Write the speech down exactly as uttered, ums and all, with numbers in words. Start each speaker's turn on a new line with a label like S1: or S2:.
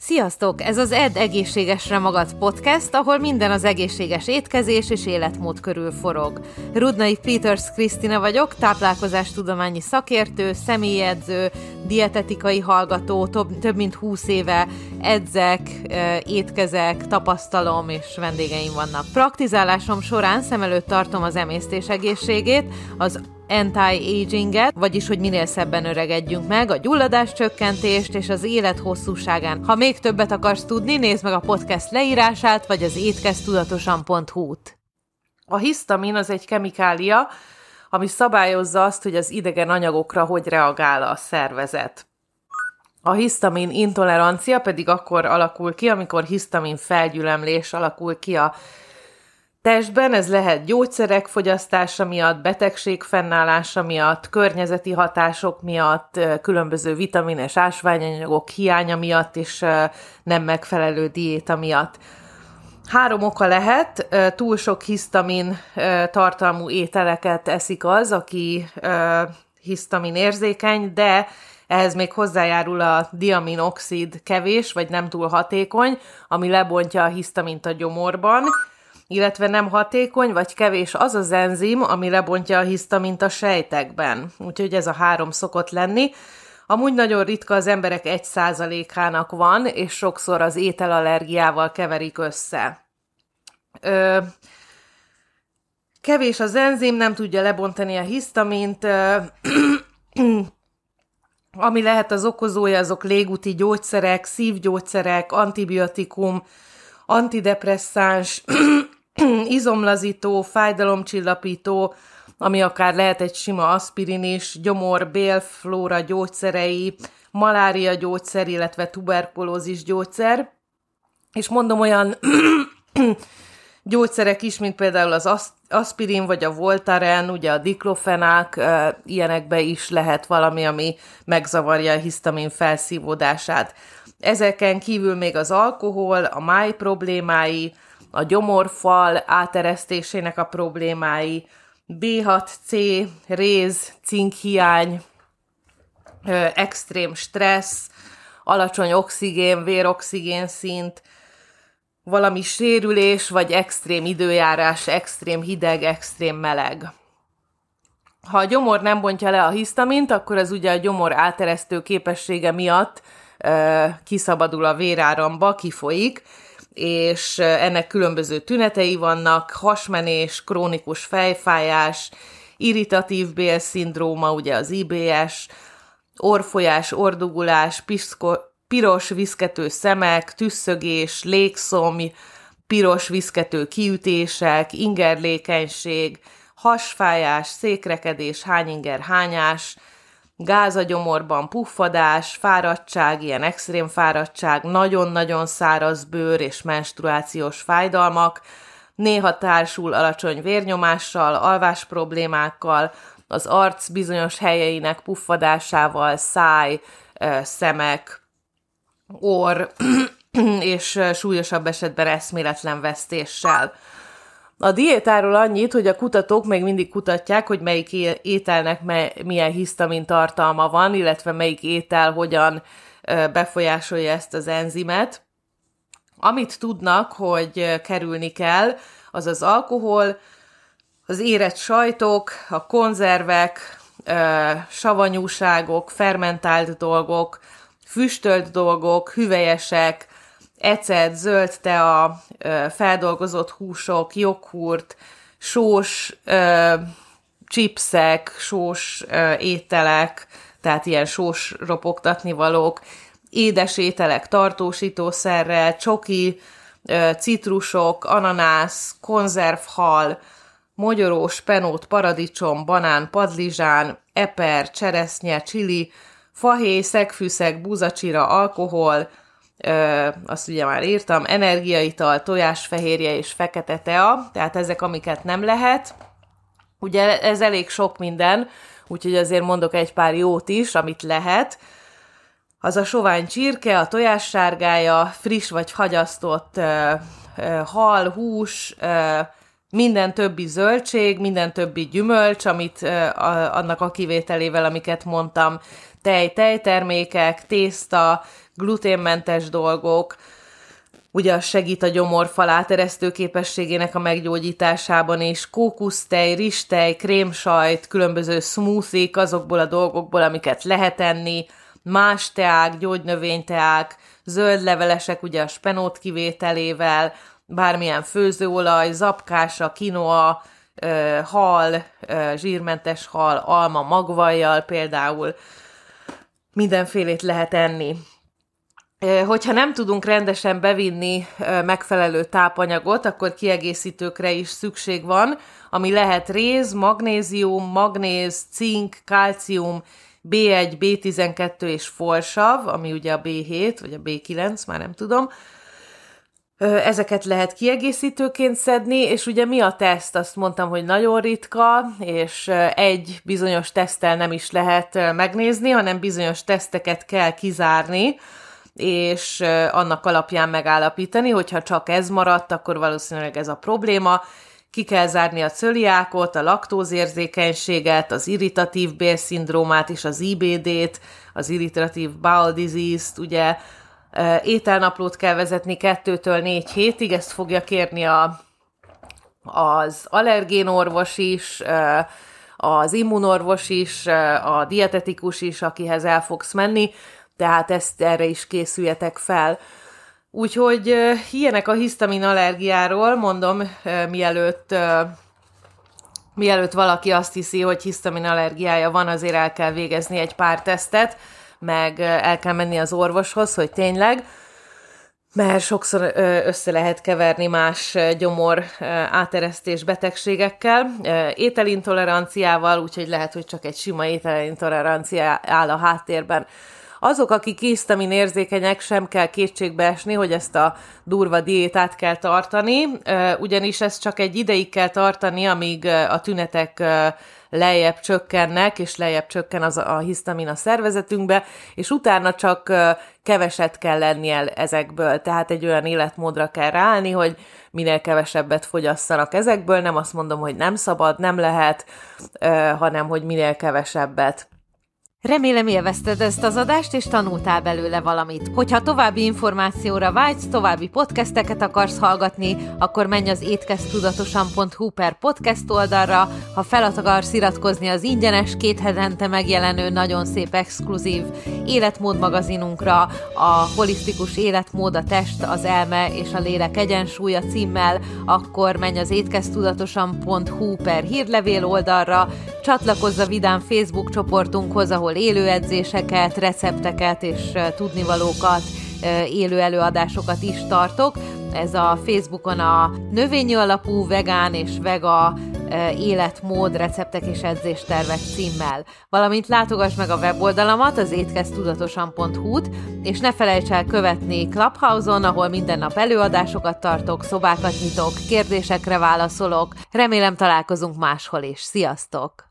S1: Sziasztok! Ez az Edd egészségesre magad podcast, ahol minden az egészséges étkezés és életmód körül forog. Rudnai Peters Krisztina vagyok, táplálkozástudományi szakértő, személyedző, dietetikai hallgató, több, több mint húsz éve edzek, étkezek, tapasztalom és vendégeim vannak. Praktizálásom során szem előtt tartom az emésztés egészségét, az anti-aginget, vagyis hogy minél szebben öregedjünk meg, a gyulladás csökkentést és az élet hosszúságán. Ha még többet akarsz tudni, nézd meg a podcast leírását, vagy az étkeztudatosan pont hu-t. A hisztamin az egy kemikália, ami szabályozza azt, hogy az idegen anyagokra hogy reagál a szervezet. A hisztamin intolerancia pedig akkor alakul ki, amikor hisztamin felgyülemlés alakul ki a testben. Ez lehet gyógyszerek fogyasztása miatt, betegség fennállása miatt, környezeti hatások miatt, különböző vitamin és ásványanyagok hiánya miatt és nem megfelelő diéta miatt. Három oka lehet: túl sok hisztamin tartalmú ételeket eszik az, aki hisztamin érzékeny, de ehhez még hozzájárul a diaminoxid kevés, vagy nem túl hatékony, ami lebontja a hisztamint a gyomorban, illetve nem hatékony vagy kevés az az enzim, ami lebontja a hisztamint a sejtekben. Úgyhogy ez a három szokott lenni. Amúgy nagyon ritka, az emberek egy százalékának van, és sokszor az ételallergiával keverik össze. Ö, kevés az enzim, nem tudja lebontani a hisztamint. Ö, ami lehet az okozója, azok légúti gyógyszerek, szívgyógyszerek, antibiotikum, antidepresszáns, izomlazító, fájdalomcsillapító, ami akár lehet egy sima aspirin is, gyomor, bélflóra gyógyszerei, malária gyógyszer, illetve tuberkulózis gyógyszer. És mondom, olyan gyógyszerek is, mint például az aspirin vagy a Voltaren, ugye a diklofenák, ilyenekbe is lehet valami, ami megzavarja a hisztamin felszívódását. Ezeken kívül még az alkohol, a máj problémái, a gyomorfal áteresztésének a problémái, bé hat cé, réz, cinkhiány, extrém stressz, alacsony oxigén, véroxigén szint, valami sérülés, vagy extrém időjárás, extrém hideg, extrém meleg. Ha a gyomor nem bontja le a hisztamint, akkor ez ugye a gyomor áteresztő képessége miatt kiszabadul a véráramba, kifolyik, és ennek különböző tünetei vannak: hasmenés, krónikus fejfájás, irritatív bélszindróma, ugye az i bé es, orrfolyás, orrdugulás, piszko, piros viszkető szemek, tüsszögés, légszomj, piros viszkető kiütések, ingerlékenység, hasfájás, székrekedés, hányinger hányás, gáz a gyomorban, puffadás, fáradtság, ilyen extrém fáradtság, nagyon-nagyon száraz bőr és menstruációs fájdalmak, néha társul alacsony vérnyomással, alvás problémákkal, az arc bizonyos helyeinek puffadásával, száj, szemek, orr és súlyosabb esetben eszméletlen vesztéssel. A diétáról annyit, hogy a kutatók még mindig kutatják, hogy melyik ételnek milyen hisztamin tartalma van, illetve melyik étel hogyan befolyásolja ezt az enzimet. Amit tudnak, hogy kerülni kell, az az alkohol, az érett sajtok, a konzervek, savanyúságok, fermentált dolgok, füstölt dolgok, hüvelyesek, ecet, zöld tea, feldolgozott húsok, joghurt, sós ö, chipsek, sós ö, ételek, tehát ilyen sós ropogtatni valók, édes ételek tartósítószerrel, csoki, ö, citrusok, ananász, konzervhal, mogyorós, penót, paradicsom, banán, padlizsán, eper, cseresznye, csili, fahéj, szegfűszeg, búzacsira, alkohol, Ö, azt ugye már írtam, energiaital, tojásfehérje és fekete tea, tehát ezek, amiket nem lehet. Ugye ez elég sok minden, úgyhogy azért mondok egy pár jót is, amit lehet. Az a sovány csirke, a tojássárgája, friss vagy fagyasztott ö, ö, hal, hús, ö, minden többi zöldség, minden többi gyümölcs, amit a, annak a kivételével, amiket mondtam, tej, tejtermékek, tészta, gluténmentes dolgok, ugye az segít a gyomorfal áteresztő képességének a meggyógyításában is, kókusztej, rizstej, krémsajt, különböző smoothie-k azokból a dolgokból, amiket lehet enni, más teák, gyógynövényteák, zöld levelesek, ugye a spenót kivételével, bármilyen főzőolaj, zapkása, kinoa, hal, zsírmentes hal, alma magvajjal például, mindenfélét lehet enni. Hogyha nem tudunk rendesen bevinni megfelelő tápanyagot, akkor kiegészítőkre is szükség van, ami lehet réz, magnézium, magnéz, cink, kalcium, bé egy, bé tizenkettő és folsav, ami ugye a bé hét, vagy a bé kilenc, már nem tudom. Ezeket lehet kiegészítőként szedni, és ugye mi a teszt? Azt mondtam, hogy nagyon ritka, és egy bizonyos teszttel nem is lehet megnézni, hanem bizonyos teszteket kell kizárni, és annak alapján megállapítani, hogyha csak ez maradt, akkor valószínűleg ez a probléma. Ki kell zárni a cöliákot, a laktózérzékenységet, az irritatív bélszindrómát és az i bé dét, az irritatív bowel disease-t, ugye ételnaplót kell vezetni kettőtől négy hétig, ezt fogja kérni a, az allergénorvos is, az immunorvos is, a dietetikus is, akihez el fogsz menni, tehát ezt erre is készüljetek fel. Úgyhogy uh, ilyenek a hisztamin allergiáról, mondom, uh, mielőtt, uh, mielőtt valaki azt hiszi, hogy hisztamin allergiája van, azért el kell végezni egy pár tesztet, meg uh, el kell menni az orvoshoz, hogy tényleg, mert sokszor uh, össze lehet keverni más uh, gyomor uh, áteresztés betegségekkel, uh, ételintoleranciával, úgyhogy lehet, hogy csak egy sima ételintolerancia áll a háttérben. Azok, akik hisztamin érzékenyek, sem kell kétségbe esni, hogy ezt a durva diétát kell tartani, ugyanis ezt csak egy ideig kell tartani, amíg a tünetek lejjebb csökkennek, és lejjebb csökken az a hisztamin a szervezetünkbe, és utána csak keveset kell lennie ezekből. Tehát egy olyan életmódra kell ráállni, hogy minél kevesebbet fogyasszanak ezekből, nem azt mondom, hogy nem szabad, nem lehet, hanem hogy minél kevesebbet.
S2: Remélem élvezted ezt az adást, és tanultál belőle valamit. Hogyha további információra vágysz, további podcasteket akarsz hallgatni, akkor menj az étkezdtudatosan pont hu per podcast oldalra. Ha fel akarsz iratkozni az ingyenes, két hetente megjelenő, nagyon szép exkluzív életmód magazinunkra, a holisztikus életmód, a test, az elme és a lélek egyensúlya címmel, akkor menj az étkezdtudatosan pont hu per hírlevél oldalra, csatlakozz a vidám Facebook csoportunkhoz, ahol élő edzéseket, recepteket és tudnivalókat, élő előadásokat is tartok. Ez a Facebookon a növényi alapú vegán és vega életmód, receptek és edzéstervek címmel. Valamint látogass meg a weboldalamat, az étkezdtudatosan pont hu-t, és ne felejts el követni Clubhouse-on, ahol minden nap előadásokat tartok, szobákat nyitok, kérdésekre válaszolok. Remélem találkozunk máshol is. Sziasztok!